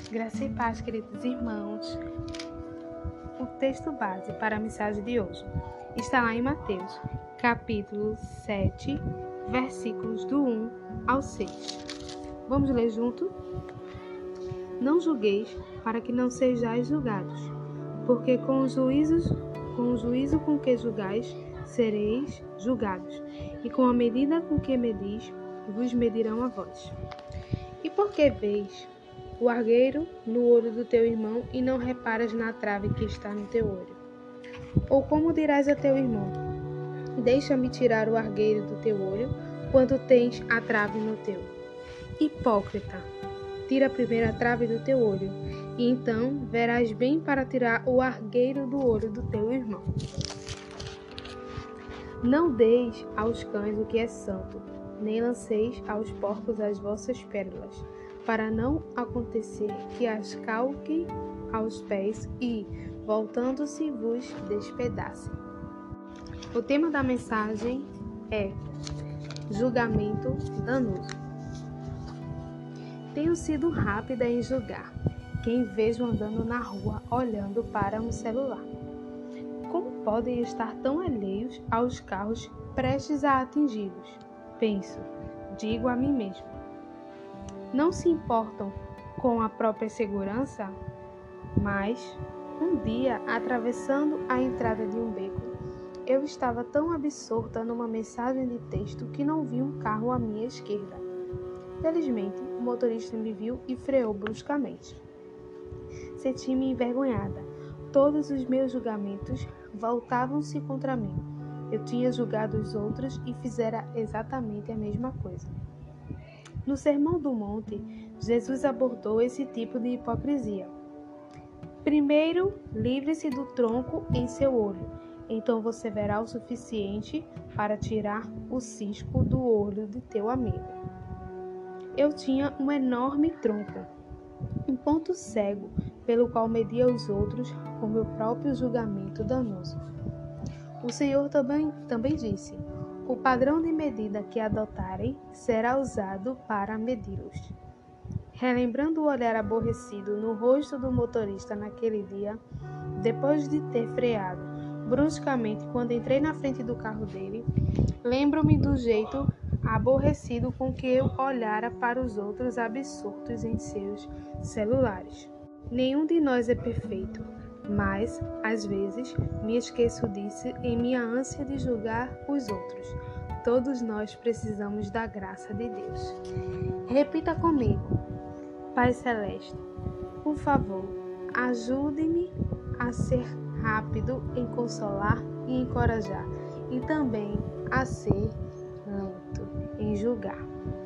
Graça e paz, queridos irmãos. O texto base para a mensagem de hoje está lá em Mateus, capítulo 7, versículos do 1 ao 6. Vamos ler junto? Não julgueis para que não sejais julgados, porque com o juízo com que julgais, sereis julgados, e com a medida com que medis, vos medirão a vós. E por que veis o argueiro no olho do teu irmão e não reparas na trave que está no teu olho? Ou como dirás a teu irmão: deixa-me tirar o argueiro do teu olho, quando tens a trave no teu? Hipócrita, tira primeiro a trave do teu olho, e então verás bem para tirar o argueiro do olho do teu irmão. Não deis aos cães o que é santo, nem lanceis aos porcos as vossas pérolas, para não acontecer que as calquem aos pés e, voltando-se, vos despedacem. O tema da mensagem é julgamento danoso. Tenho sido rápida em julgar quem vejo andando na rua olhando para um celular. Como podem estar tão alheios aos carros prestes a atingi-los? Penso, digo a mim mesmo. Não se importam com a própria segurança? Mas, um dia, atravessando a entrada de um beco, eu estava tão absorta numa mensagem de texto que não vi um carro à minha esquerda. Felizmente, o motorista me viu e freou bruscamente. Senti-me envergonhada. Todos os meus julgamentos voltavam-se contra mim. Eu tinha julgado os outros e fizera exatamente a mesma coisa. No Sermão do Monte, Jesus abordou esse tipo de hipocrisia. Primeiro, livre-se do tronco em seu olho, então você verá o suficiente para tirar o cisco do olho de teu amigo. Eu tinha um enorme tronco, um ponto cego pelo qual media os outros com meu próprio julgamento danoso. O Senhor também disse: o padrão de medida que adotarem será usado para medi-los. Relembrando o olhar aborrecido no rosto do motorista naquele dia, depois de ter freado bruscamente quando entrei na frente do carro dele, lembro-me do jeito aborrecido com que eu olhara para os outros absortos em seus celulares. Nenhum de nós é perfeito, mas, às vezes, me esqueço disso em minha ânsia de julgar os outros. Todos nós precisamos da graça de Deus. Repita comigo: Pai Celeste, por favor, ajude-me a ser rápido em consolar e encorajar, e também a ser lento em julgar.